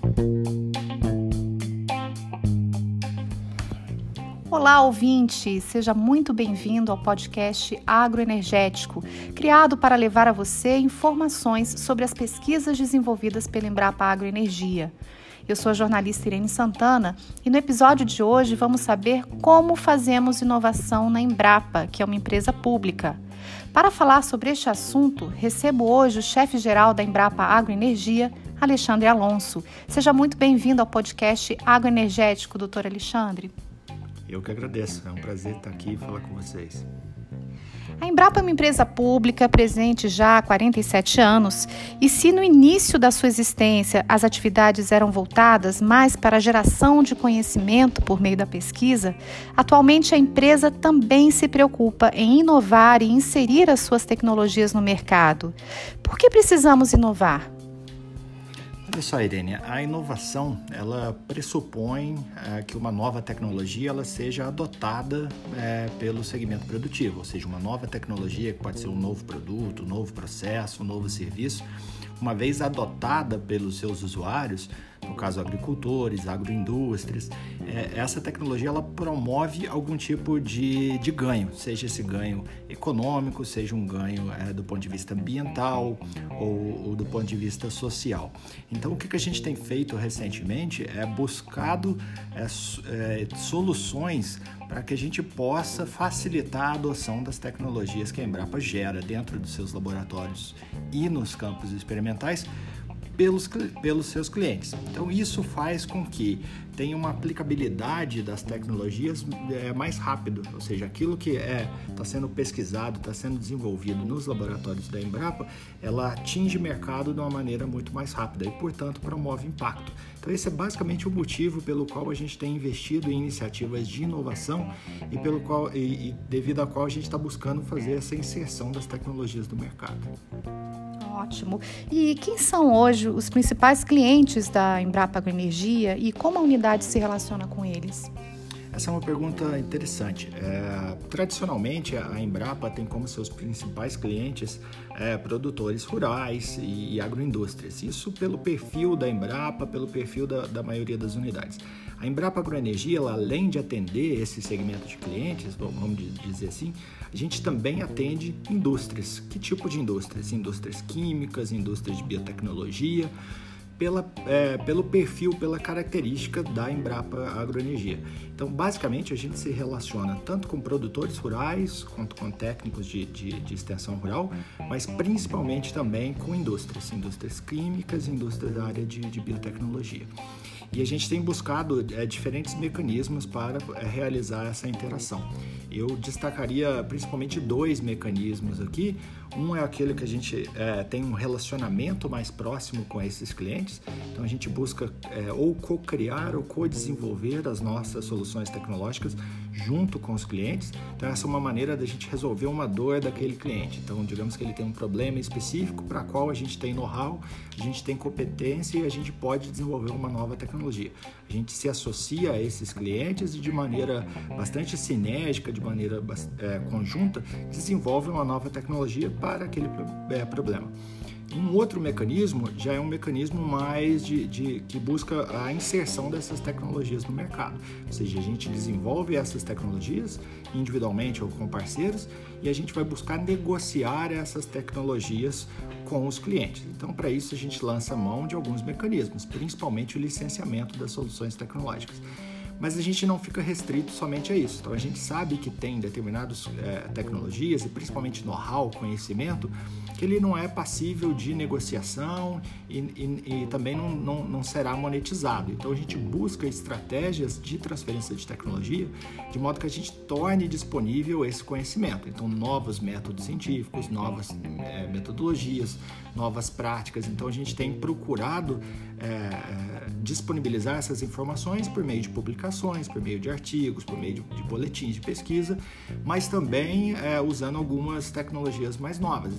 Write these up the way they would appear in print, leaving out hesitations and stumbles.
Olá, ouvinte! Seja muito bem-vindo ao podcast Agroenergético, criado para levar a você informações sobre as pesquisas desenvolvidas pela Embrapa Agroenergia. Eu sou a jornalista Irene Santana e no episódio de hoje vamos saber como fazemos inovação na Embrapa, que é uma empresa pública. Para falar sobre este assunto, recebo hoje o chefe-geral da Embrapa Agroenergia, Alexandre Alonso. Seja muito bem-vindo ao podcast Agroenergético, doutor Alexandre. Eu que agradeço, é um prazer estar aqui e falar com vocês. A Embrapa é uma empresa pública presente já há 47 anos e se no início da sua existência as atividades eram voltadas mais para a geração de conhecimento por meio da pesquisa, atualmente a empresa também se preocupa em inovar e inserir as suas tecnologias no mercado. Por que precisamos inovar? Olha só, Irene, a inovação, ela pressupõe que uma nova tecnologia ela seja adotada pelo segmento produtivo, ou seja, uma nova tecnologia que pode ser um novo produto, um novo processo, um novo serviço, uma vez adotada pelos seus usuários, no caso agricultores, agroindústrias, essa tecnologia ela promove algum tipo de ganho, seja esse ganho econômico, seja um ganho do ponto de vista ambiental ou do ponto de vista social. Então, o que a gente tem feito recentemente é buscado soluções para que a gente possa facilitar a adoção das tecnologias que a Embrapa gera dentro dos seus laboratórios e nos campos experimentais pelos seus clientes. Então, isso faz com que tenha uma aplicabilidade das tecnologias mais rápido, ou seja, aquilo que está sendo pesquisado, está sendo desenvolvido nos laboratórios da Embrapa, ela atinge mercado de uma maneira muito mais rápida e, portanto, promove impacto. Então, esse é basicamente o motivo pelo qual a gente tem investido em iniciativas de inovação e devido à qual a gente está buscando fazer essa inserção das tecnologias do mercado. Ótimo. E quem são hoje os principais clientes da Embrapa Agroenergia e como a unidade se relaciona com eles? Essa é uma pergunta interessante. Tradicionalmente, a Embrapa tem como seus principais clientes produtores rurais e agroindústrias. Isso pelo perfil da Embrapa, pelo perfil da maioria das unidades. A Embrapa Agroenergia, ela, além de atender esse segmento de clientes, vamos dizer assim, a gente também atende indústrias. Que tipo de indústrias? Indústrias químicas, indústrias de biotecnologia, pelo perfil, pela característica da Embrapa Agroenergia. Então, basicamente, a gente se relaciona tanto com produtores rurais, quanto com técnicos de extensão rural, mas principalmente também com indústrias químicas, indústrias da área de biotecnologia. E a gente tem buscado diferentes mecanismos para realizar essa interação. Eu destacaria principalmente 2 mecanismos aqui. Um é aquele que a gente tem um relacionamento mais próximo com esses clientes. Então, a gente busca ou co-criar ou co-desenvolver as nossas soluções tecnológicas junto com os clientes. Então, essa é uma maneira da gente resolver uma dor daquele cliente. Então, digamos que ele tem um problema específico para qual a gente tem know-how, a gente tem competência e a gente pode desenvolver uma nova tecnologia. A gente se associa a esses clientes e de maneira bastante sinérgica, de maneira conjunta, desenvolve uma nova tecnologia para aquele problema. Um outro mecanismo já é um mecanismo mais que busca a inserção dessas tecnologias no mercado. Ou seja, a gente desenvolve essas tecnologias individualmente ou com parceiros e a gente vai buscar negociar essas tecnologias com os clientes. Então, para isso, a gente lança mão de alguns mecanismos, principalmente o licenciamento das soluções tecnológicas. Mas a gente não fica restrito somente a isso. Então, a gente sabe que tem determinadas tecnologias, e principalmente know-how, conhecimento, que ele não é passível de negociação e também não será monetizado. Então, a gente busca estratégias de transferência de tecnologia de modo que a gente torne disponível esse conhecimento. Então, novos métodos científicos, novas metodologias, novas práticas. Então, a gente tem procurado disponibilizar essas informações por meio de publicações, por meio de artigos, por meio de boletins de pesquisa, mas também usando algumas tecnologias mais novas. Então, a gente também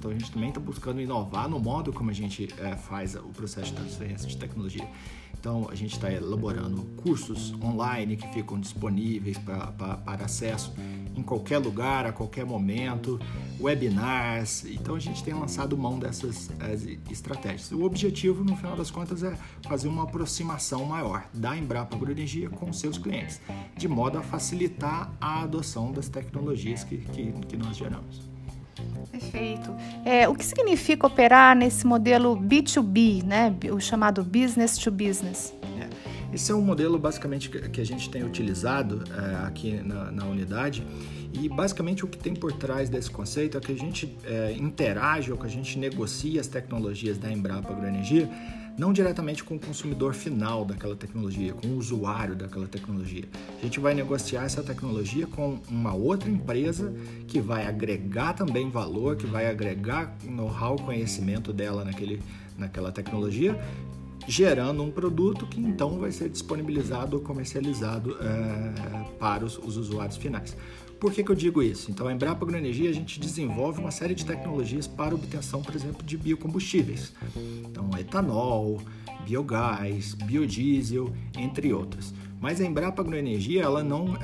também está buscando inovar no modo como a gente faz o processo de transferência de tecnologia. Então, a gente está elaborando cursos online que ficam disponíveis para acesso em qualquer lugar, a qualquer momento, webinars. Então, a gente tem lançado mão dessas estratégias. O objetivo, no final das contas, é fazer uma aproximação maior da Embrapa Agroenergia com seus clientes, de modo a facilitar a adoção das tecnologias que nós geramos. Perfeito. O que significa operar nesse modelo B2B, né? O chamado business to business? Esse é um modelo basicamente que a gente tem utilizado aqui na unidade, e basicamente o que tem por trás desse conceito é que a gente interage ou que a gente negocia as tecnologias da Embrapa Agroenergia não diretamente com o consumidor final daquela tecnologia, com o usuário daquela tecnologia. A gente vai negociar essa tecnologia com uma outra empresa que vai agregar também valor, que vai agregar know-how, conhecimento dela naquela tecnologia, gerando um produto que então vai ser disponibilizado ou comercializado para os usuários finais. Por que eu digo isso? Então, a Embrapa Agroenergia, a gente desenvolve uma série de tecnologias para obtenção, por exemplo, de biocombustíveis. Então, etanol, biogás, biodiesel, entre outros. Mas a Embrapa Agroenergia, ela não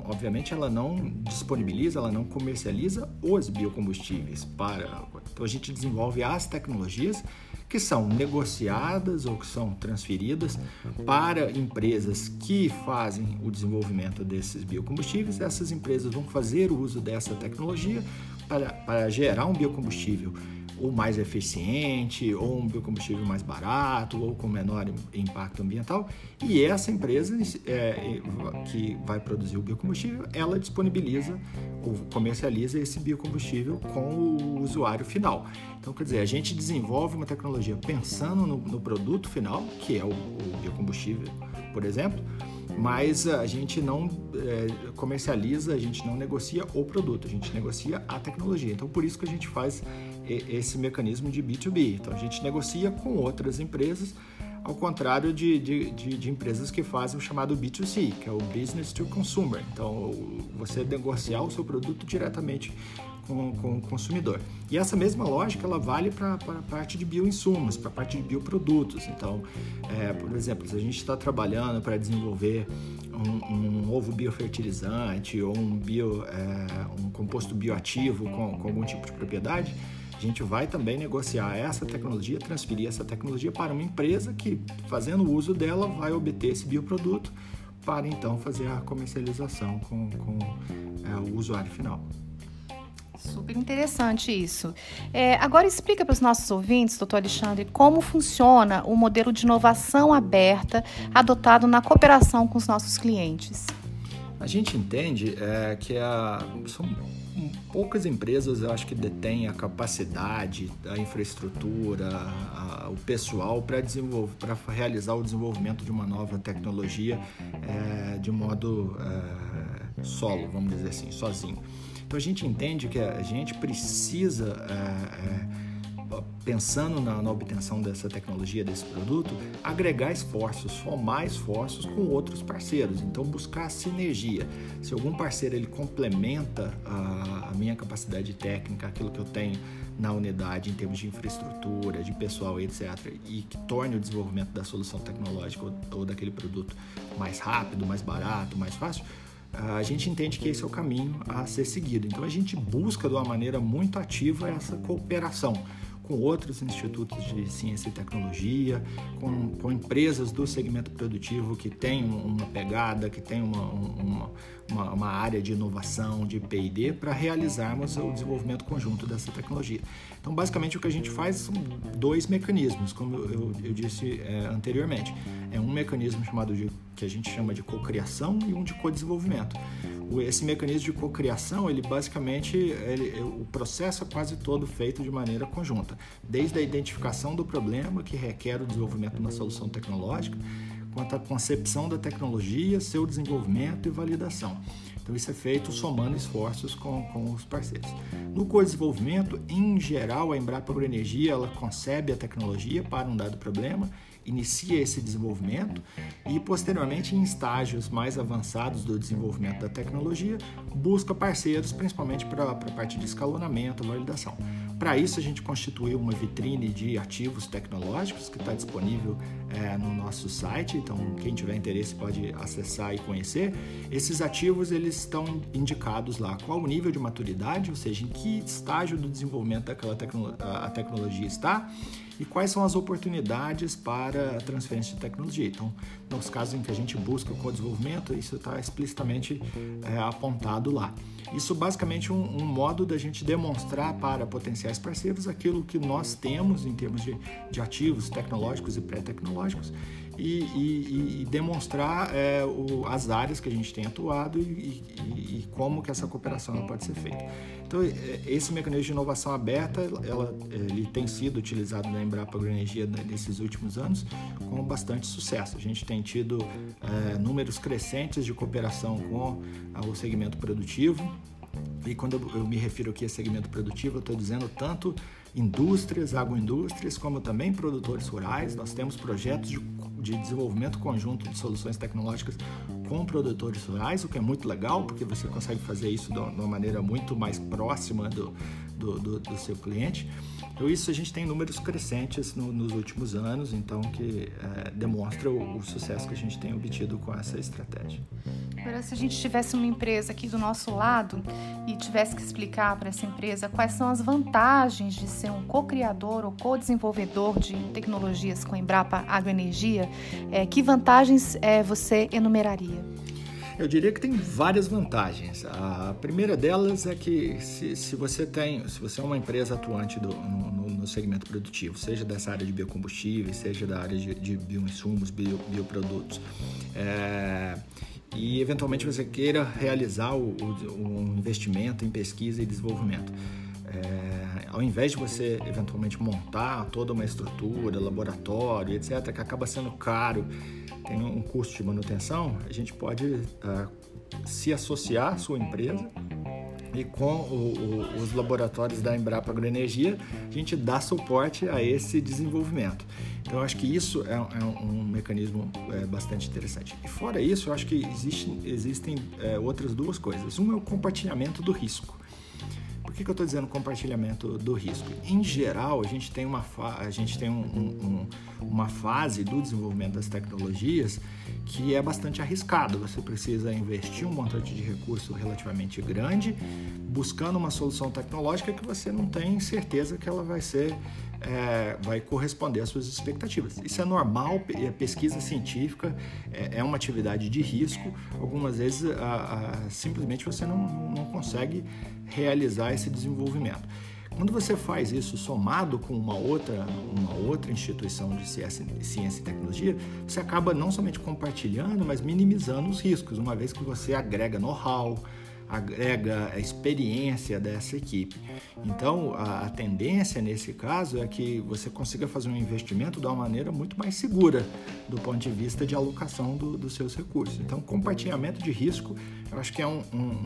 disponibiliza, ela não comercializa os biocombustíveis. Então, a gente desenvolve as tecnologias que são negociadas ou que são transferidas para empresas que fazem o desenvolvimento desses biocombustíveis. Essas empresas vão fazer o uso dessa tecnologia para gerar um biocombustível ou mais eficiente, ou um biocombustível mais barato, ou com menor impacto ambiental. E essa empresa que vai produzir o biocombustível, ela disponibiliza ou comercializa esse biocombustível com o usuário final. Então, quer dizer, a gente desenvolve uma tecnologia pensando no produto final, que é o biocombustível, por exemplo, mas a gente não comercializa, a gente não negocia o produto, a gente negocia a tecnologia. Então, por isso que a gente faz esse mecanismo de B2B. Então, a gente negocia com outras empresas, ao contrário de empresas que fazem o chamado B2C, que é o Business to Consumer. Então, você negociar o seu produto diretamente com o consumidor. E essa mesma lógica, ela vale para a parte de bioinsumos, para a parte de bioprodutos. Então, por exemplo, se a gente está trabalhando para desenvolver um novo biofertilizante ou um composto bioativo com algum tipo de propriedade, a gente vai também negociar essa tecnologia, transferir essa tecnologia para uma empresa que, fazendo uso dela, vai obter esse bioproduto para então fazer a comercialização com o usuário final. Super interessante isso. Agora explica para os nossos ouvintes, doutor Alexandre, como funciona o modelo de inovação aberta adotado na cooperação com os nossos clientes. A gente entende que são poucas empresas, eu acho, que detêm a capacidade, a infraestrutura, o pessoal para realizar o desenvolvimento de uma nova tecnologia de modo solo, vamos dizer assim, sozinho. Então, a gente entende que a gente precisa, pensando na obtenção dessa tecnologia, desse produto, agregar esforços, somar esforços com outros parceiros. Então, buscar sinergia. Se algum parceiro ele complementa a minha capacidade técnica, aquilo que eu tenho na unidade em termos de infraestrutura, de pessoal, etc., e que torne o desenvolvimento da solução tecnológica ou daquele produto mais rápido, mais barato, mais fácil, a gente entende que esse é o caminho a ser seguido. Então, a gente busca de uma maneira muito ativa essa cooperação com outros institutos de ciência e tecnologia, com empresas do segmento produtivo que tem uma pegada, que tem uma área de inovação, de P&D, para realizarmos o desenvolvimento conjunto dessa tecnologia. Então, basicamente, o que a gente faz são dois mecanismos, como eu disse anteriormente. É um mecanismo que a gente chama de cocriação e um de codesenvolvimento. Esse mecanismo de cocriação, ele basicamente, o processo é quase todo feito de maneira conjunta, desde a identificação do problema que requer o desenvolvimento de uma solução tecnológica, quanto à concepção da tecnologia, seu desenvolvimento e validação. Então, isso é feito somando esforços com os parceiros. No codesenvolvimento, em geral, a Embrapa Agroenergia, ela concebe a tecnologia para um dado problema, inicia esse desenvolvimento e, posteriormente, em estágios mais avançados do desenvolvimento da tecnologia, busca parceiros, principalmente para a parte de escalonamento, validação. Para isso, a gente constituiu uma vitrine de ativos tecnológicos que está disponível no nosso site. Então, quem tiver interesse pode acessar e conhecer. Esses ativos, eles estão indicados lá qual o nível de maturidade, ou seja, em que estágio do desenvolvimento daquela tecnologia está e quais são as oportunidades para a transferência de tecnologia. Então, nos casos em que a gente busca o co-desenvolvimento, isso está explicitamente apontado lá. Isso basicamente um modo da gente demonstrar para potenciais parceiros aquilo que nós temos em termos de ativos tecnológicos e pré-tecnológicos e demonstrar as áreas que a gente tem atuado e como que essa cooperação pode ser feita. Então, esse mecanismo de inovação aberta, ele tem sido utilizado na Embrapa Agroenergia nesses últimos anos com bastante sucesso. A gente tem tido números crescentes de cooperação com o segmento produtivo. E quando eu me refiro aqui a segmento produtivo, eu estou dizendo tanto indústrias, agroindústrias, como também produtores rurais. Nós temos projetos de desenvolvimento conjunto de soluções tecnológicas com produtores rurais, o que é muito legal, porque você consegue fazer isso de uma maneira muito mais próxima do seu cliente. Então, isso a gente tem números crescentes nos últimos anos, então que demonstra o sucesso que a gente tem obtido com essa estratégia. Agora, se a gente tivesse uma empresa aqui do nosso lado e tivesse que explicar para essa empresa quais são as vantagens de ser um co-criador ou co-desenvolvedor de tecnologias com a Embrapa Agroenergia, que vantagens você enumeraria? Eu diria que tem várias vantagens. A primeira delas é que se você é uma empresa atuante no segmento produtivo, seja dessa área de biocombustíveis, seja da área de bioinsumos, bioprodutos, e eventualmente você queira realizar um investimento em pesquisa e desenvolvimento, ao invés de você eventualmente montar toda uma estrutura, laboratório, etc., que acaba sendo caro, tem um custo de manutenção, a gente pode se associar à sua empresa e com os laboratórios da Embrapa Agroenergia, a gente dá suporte a esse desenvolvimento. Então, eu acho que isso é um mecanismo bastante interessante. E fora isso, eu acho que existem outras duas coisas. Uma é o compartilhamento do risco. Por que eu estou dizendo compartilhamento do risco? Em geral, a gente tem uma fase do desenvolvimento das tecnologias que é bastante arriscado. Você precisa investir um montante de recurso relativamente grande, buscando uma solução tecnológica que você não tem certeza que ela vai corresponder às suas expectativas. Isso é normal, a pesquisa científica é uma atividade de risco. Algumas vezes simplesmente você não consegue realizar esse desenvolvimento. Quando você faz isso somado com uma outra instituição de ciência e tecnologia, você acaba não somente compartilhando, mas minimizando os riscos, uma vez que você agrega know-how, agrega a experiência dessa equipe. Então, a tendência nesse caso é que você consiga fazer um investimento de uma maneira muito mais segura do ponto de vista de alocação dos seus recursos. Então, compartilhamento de risco, eu acho que é um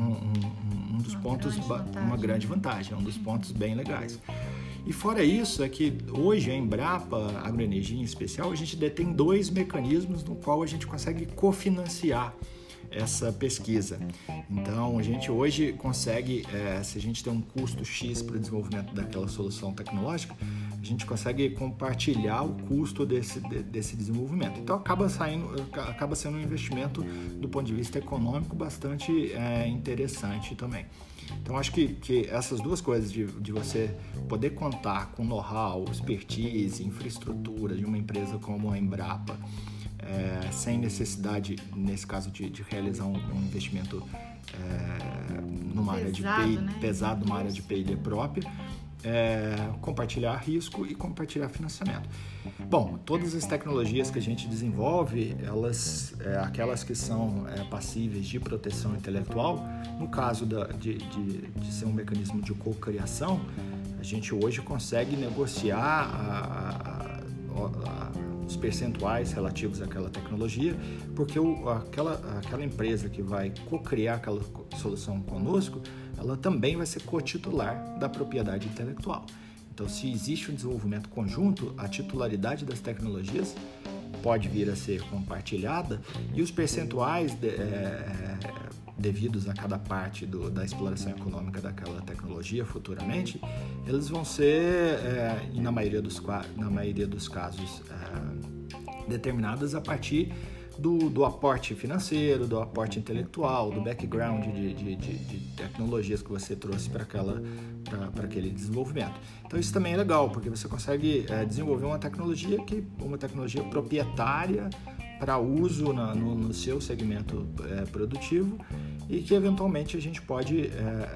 dos pontos, uma grande vantagem, é um dos pontos bem legais. E fora isso, é que hoje a Embrapa Agroenergia em especial, a gente detém 2 mecanismos no qual a gente consegue cofinanciar essa pesquisa. Então, a gente hoje consegue, se a gente tem um custo X para o desenvolvimento daquela solução tecnológica, a gente consegue compartilhar o custo desse desenvolvimento. Então, acaba sendo um investimento do ponto de vista econômico bastante interessante também. Então, acho que essas duas coisas de você poder contar com know-how, expertise, infraestrutura de uma empresa como a Embrapa, sem necessidade, nesse caso, de realizar um investimento numa área de P&D, pesado, numa área de P&D própria, compartilhar risco e compartilhar financiamento. Bom, todas as tecnologias que a gente desenvolve, aquelas que são passíveis de proteção intelectual, no caso de ser um mecanismo de cocriação, a gente hoje consegue negociar os percentuais relativos àquela tecnologia, porque aquela empresa que vai co-criar aquela solução conosco, ela também vai ser cotitular da propriedade intelectual. Então, se existe um desenvolvimento conjunto, a titularidade das tecnologias pode vir a ser compartilhada e os percentuais devidos a cada parte da exploração econômica daquela tecnologia futuramente, eles vão ser, na maioria dos casos, determinadas a partir do aporte financeiro, do aporte intelectual, do background de tecnologias que você trouxe para aquele desenvolvimento. Então isso também é legal, porque você consegue desenvolver uma tecnologia proprietária para uso no seu segmento produtivo e que eventualmente a gente pode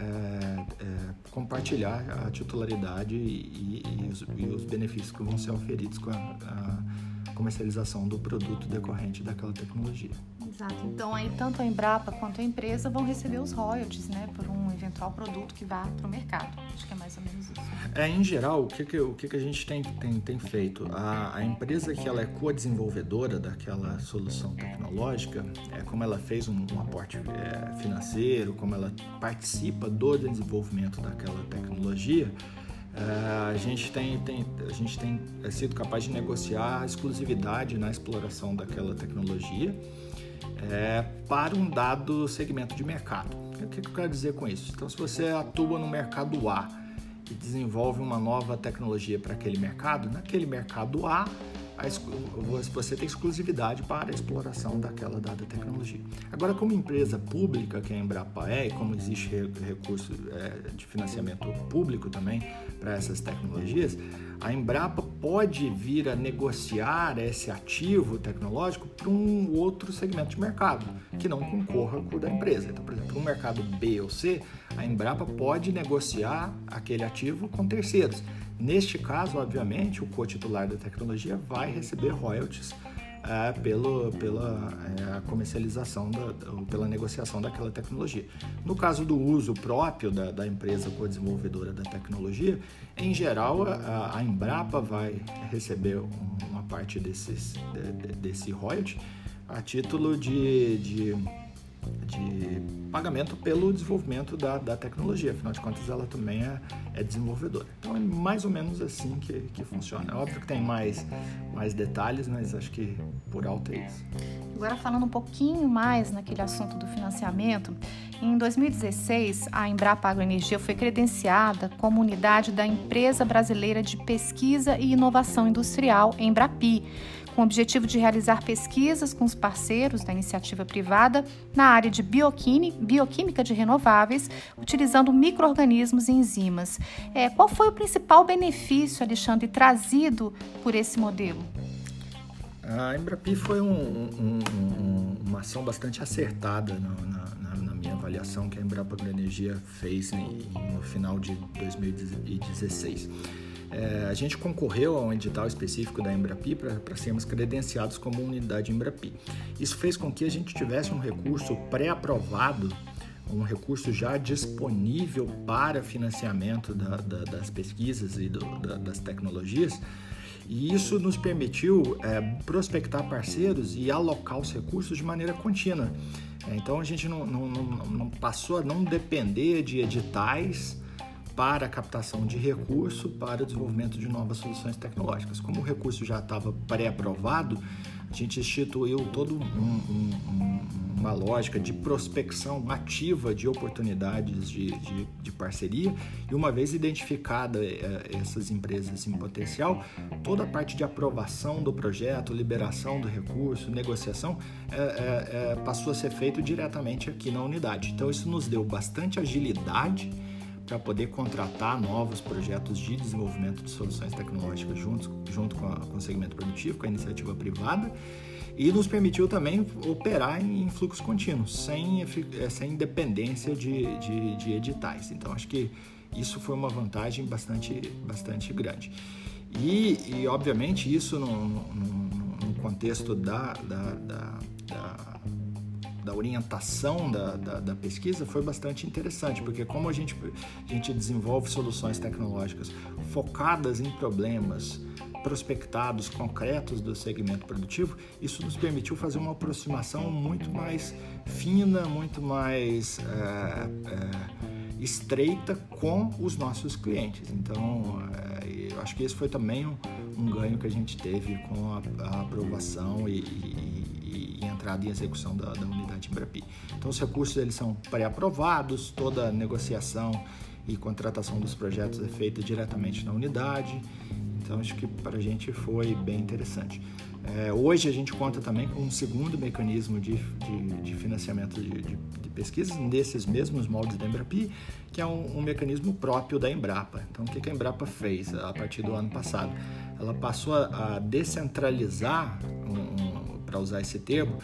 compartilhar a titularidade e os benefícios que vão ser oferidos com a comercialização do produto decorrente daquela tecnologia. Exato. Então, aí tanto a Embrapa quanto a empresa vão receber os royalties, né, por um eventual produto que vá para o mercado. Acho que é mais ou menos isso. Em geral, o que a gente tem feito? A empresa que ela é co-desenvolvedora daquela solução tecnológica, como ela fez um aporte financeiro, como ela participa do desenvolvimento daquela tecnologia, a gente tem sido capaz de negociar a exclusividade na exploração daquela tecnologia para um dado segmento de mercado. O que eu quero dizer com isso? Então, se você atua no mercado A e desenvolve uma nova tecnologia para aquele mercado, naquele mercado A, você tem exclusividade para a exploração daquela dada tecnologia. Agora, como empresa pública, que a Embrapa e como existe recurso de financiamento público também para essas tecnologias, a Embrapa pode vir a negociar esse ativo tecnológico para um outro segmento de mercado, que não concorra com o da empresa. Então, por exemplo, no mercado B ou C, a Embrapa pode negociar aquele ativo com terceiros. Neste caso, obviamente, o co-titular da tecnologia vai receber royalties pela comercialização, pela negociação daquela tecnologia. No caso do uso próprio da empresa co-desenvolvedora da tecnologia, em geral, a Embrapa vai receber uma parte desse royalty a título de pagamento pelo desenvolvimento da tecnologia. Afinal de contas, ela também é desenvolvedora. Então, é mais ou menos assim que funciona. É óbvio que tem mais detalhes, mas acho que por alto é isso. Agora, falando um pouquinho mais naquele assunto do financiamento, em 2016, a Embrapa Agroenergia foi credenciada como unidade da Empresa Brasileira de Pesquisa e Inovação Industrial, Embrapi, com o objetivo de realizar pesquisas com os parceiros da iniciativa privada na área de bioquímica de renováveis, utilizando micro-organismos e enzimas. Qual foi o principal benefício, Alexandre, trazido por esse modelo? A Embrapi foi uma ação bastante acertada na minha avaliação que a Embrapa Agroenergia fez no final de 2016. A gente concorreu a um edital específico da Embrapi para sermos credenciados como unidade Embrapi. Isso fez com que a gente tivesse um recurso pré-aprovado, um recurso já disponível para financiamento das pesquisas e das tecnologias, e isso nos permitiu prospectar parceiros e alocar os recursos de maneira contínua. Então a gente não passou a não depender de editais para a captação de recurso para o desenvolvimento de novas soluções tecnológicas. Como o recurso já estava pré-aprovado, a gente instituiu toda uma lógica de prospecção ativa de oportunidades de parceria, e uma vez identificada essas empresas em potencial, toda a parte de aprovação do projeto, liberação do recurso, negociação, passou a ser feito diretamente aqui na unidade. Então isso nos deu bastante agilidade para poder contratar novos projetos de desenvolvimento de soluções tecnológicas junto com o segmento produtivo, com a iniciativa privada, e nos permitiu também operar em fluxo contínuo, sem dependência de editais. Então, acho que isso foi uma vantagem bastante grande. E obviamente, isso no contexto da orientação da pesquisa foi bastante interessante, porque como a gente desenvolve soluções tecnológicas focadas em problemas prospectados, concretos do segmento produtivo, isso nos permitiu fazer uma aproximação muito mais fina, muito mais estreita com os nossos clientes. Então, eu acho que esse foi também um ganho que a gente teve com a aprovação e e entrada em execução da unidade Embrapi. Então os recursos eles são pré-aprovados, toda a negociação e contratação dos projetos é feita diretamente na unidade, então acho que para a gente foi bem interessante. Hoje a gente conta também com um segundo mecanismo de financiamento de pesquisas nesses mesmos moldes da Embrapi, que é um mecanismo próprio da Embrapa. Então o que a Embrapa fez a partir do ano passado? Ela passou a descentralizar, para usar esse termo,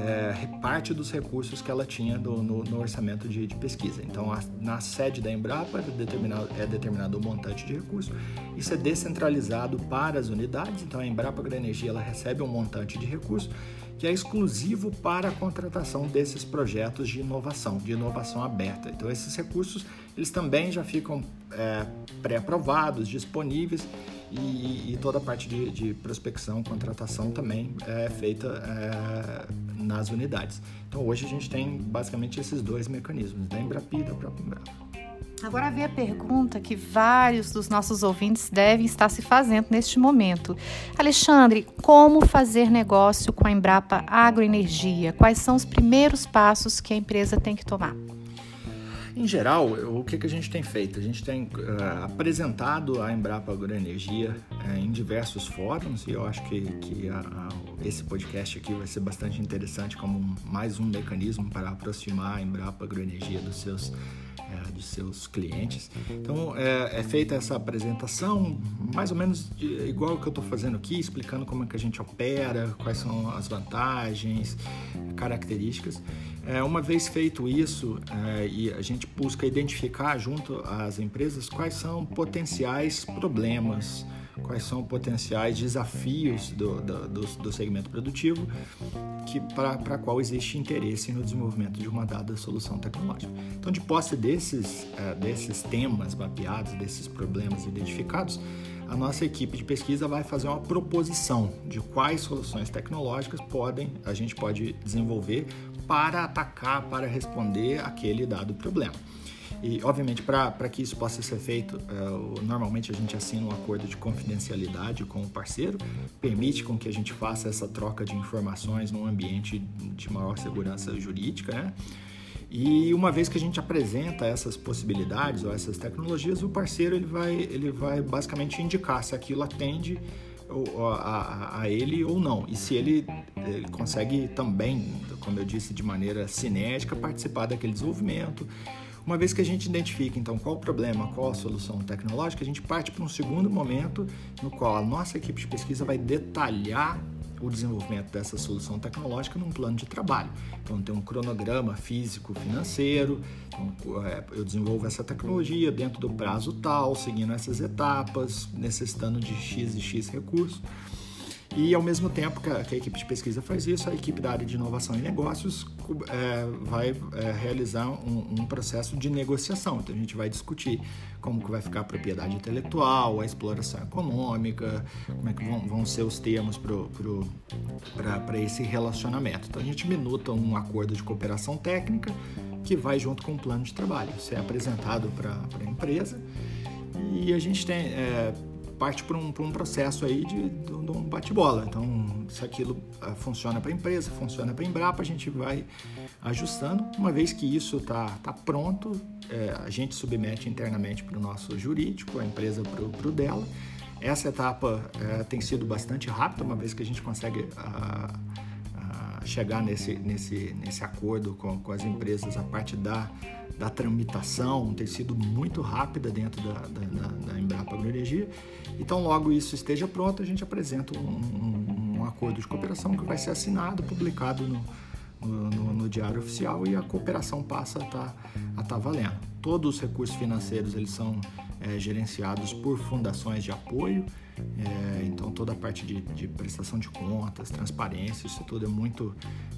parte dos recursos que ela tinha no orçamento de pesquisa. Então, na sede da Embrapa é determinado o montante de recurso, isso é descentralizado para as unidades. Então, a Embrapa Agroenergia ela recebe um montante de recurso que é exclusivo para a contratação desses projetos de inovação aberta. Então, esses recursos eles também já ficam pré-aprovados, disponíveis, e toda a parte de prospecção, contratação também é feita nas unidades. Então, hoje a gente tem basicamente esses dois mecanismos, da Embrapi e da própria Embrapa. Agora vem a pergunta que vários dos nossos ouvintes devem estar se fazendo neste momento. Alexandre, como fazer negócio com a Embrapa Agroenergia? Quais são os primeiros passos que a empresa tem que tomar? Em geral, o que a gente tem feito? A gente tem apresentado a Embrapa Agroenergia em diversos fóruns, e eu acho que esse podcast aqui vai ser bastante interessante como mais um mecanismo para aproximar a Embrapa Agroenergia dos seus clientes. Então, é feita essa apresentação, mais ou menos igual o que eu estou fazendo aqui, explicando como é que a gente opera, quais são as vantagens, características. Uma vez feito isso, e a gente busca identificar junto às empresas quais são potenciais problemas, quais são potenciais desafios do segmento produtivo para qual existe interesse no desenvolvimento de uma dada solução tecnológica. Então, de posse desses temas mapeados, desses problemas identificados, a nossa equipe de pesquisa vai fazer uma proposição de quais soluções tecnológicas a gente pode desenvolver para atacar, para responder aquele dado problema. E, obviamente, para que isso possa ser feito, normalmente a gente assina um acordo de confidencialidade com o parceiro, permite com que a gente faça essa troca de informações num ambiente de maior segurança jurídica, né? E uma vez que a gente apresenta essas possibilidades ou essas tecnologias, o parceiro ele vai basicamente indicar se aquilo atende a ele ou não. E se ele consegue também, como eu disse, de maneira cinética, participar daquele desenvolvimento. Uma vez que a gente identifica, então, qual o problema, qual a solução tecnológica, a gente parte para um segundo momento no qual a nossa equipe de pesquisa vai detalhar o desenvolvimento dessa solução tecnológica num plano de trabalho. Então, tem um cronograma físico-financeiro, então, eu desenvolvo essa tecnologia dentro do prazo tal, seguindo essas etapas, necessitando de X e X recursos. E, ao mesmo tempo que a equipe de pesquisa faz isso, a equipe da área de inovação e negócios vai realizar um processo de negociação. Então, a gente vai discutir como que vai ficar a propriedade intelectual, a exploração econômica, como é que vão ser os termos para esse relacionamento. Então, a gente minuta um acordo de cooperação técnica que vai junto com um plano de trabalho. Isso é apresentado para a empresa e a gente parte para um processo aí de um bate-bola. Então, se aquilo funciona para a empresa, funciona para a Embrapa, a gente vai ajustando. Uma vez que isso está pronto, a gente submete internamente para o nosso jurídico, a empresa para o dela. Essa etapa tem sido bastante rápida, uma vez que a gente consegue chegar nesse acordo com as empresas. A parte da tramitação tem sido muito rápida dentro da Embrapa Agroenergia. Então, logo isso esteja pronto, a gente apresenta um acordo de cooperação que vai ser assinado, publicado no Diário Oficial, e a cooperação passa a estar valendo. Todos os recursos financeiros eles são gerenciados por fundações de apoio, então toda a parte de prestação de contas, transparência, isso tudo é muito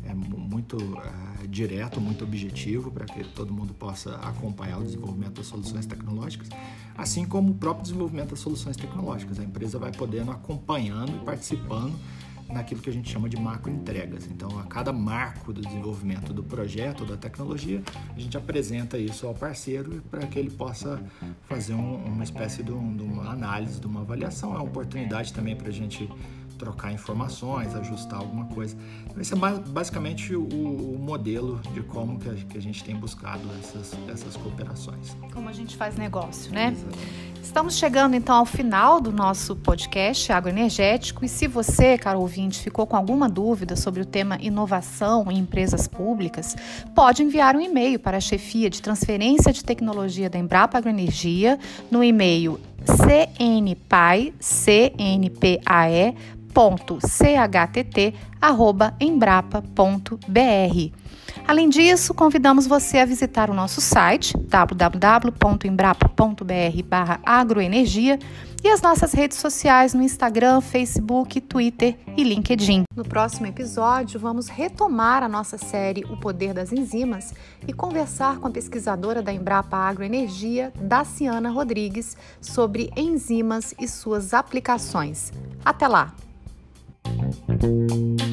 direto, muito objetivo, para que todo mundo possa acompanhar o desenvolvimento das soluções tecnológicas, assim como o próprio desenvolvimento das soluções tecnológicas. A empresa vai podendo acompanhando e participando naquilo que a gente chama de macro-entregas. Então, a cada marco do desenvolvimento do projeto ou da tecnologia, a gente apresenta isso ao parceiro para que ele possa fazer uma espécie de uma análise, de uma avaliação. É uma oportunidade também para a gente trocar informações, ajustar alguma coisa. Esse é basicamente o modelo de como que a gente tem buscado essas cooperações. Como a gente faz negócio, né? Exatamente. Estamos chegando então ao final do nosso podcast agroenergético, e se você, caro ouvinte, ficou com alguma dúvida sobre o tema inovação em empresas públicas, pode enviar um e-mail para a chefia de transferência de tecnologia da Embrapa Agroenergia no e-mail cnpai.cnpai.chtt@embrapa.br. Além disso, convidamos você a visitar o nosso site www.embrapa.br/agroenergia e as nossas redes sociais no Instagram, Facebook, Twitter e LinkedIn. No próximo episódio, vamos retomar a nossa série O Poder das Enzimas e conversar com a pesquisadora da Embrapa Agroenergia, Daciana Rodrigues, sobre enzimas e suas aplicações. Até lá!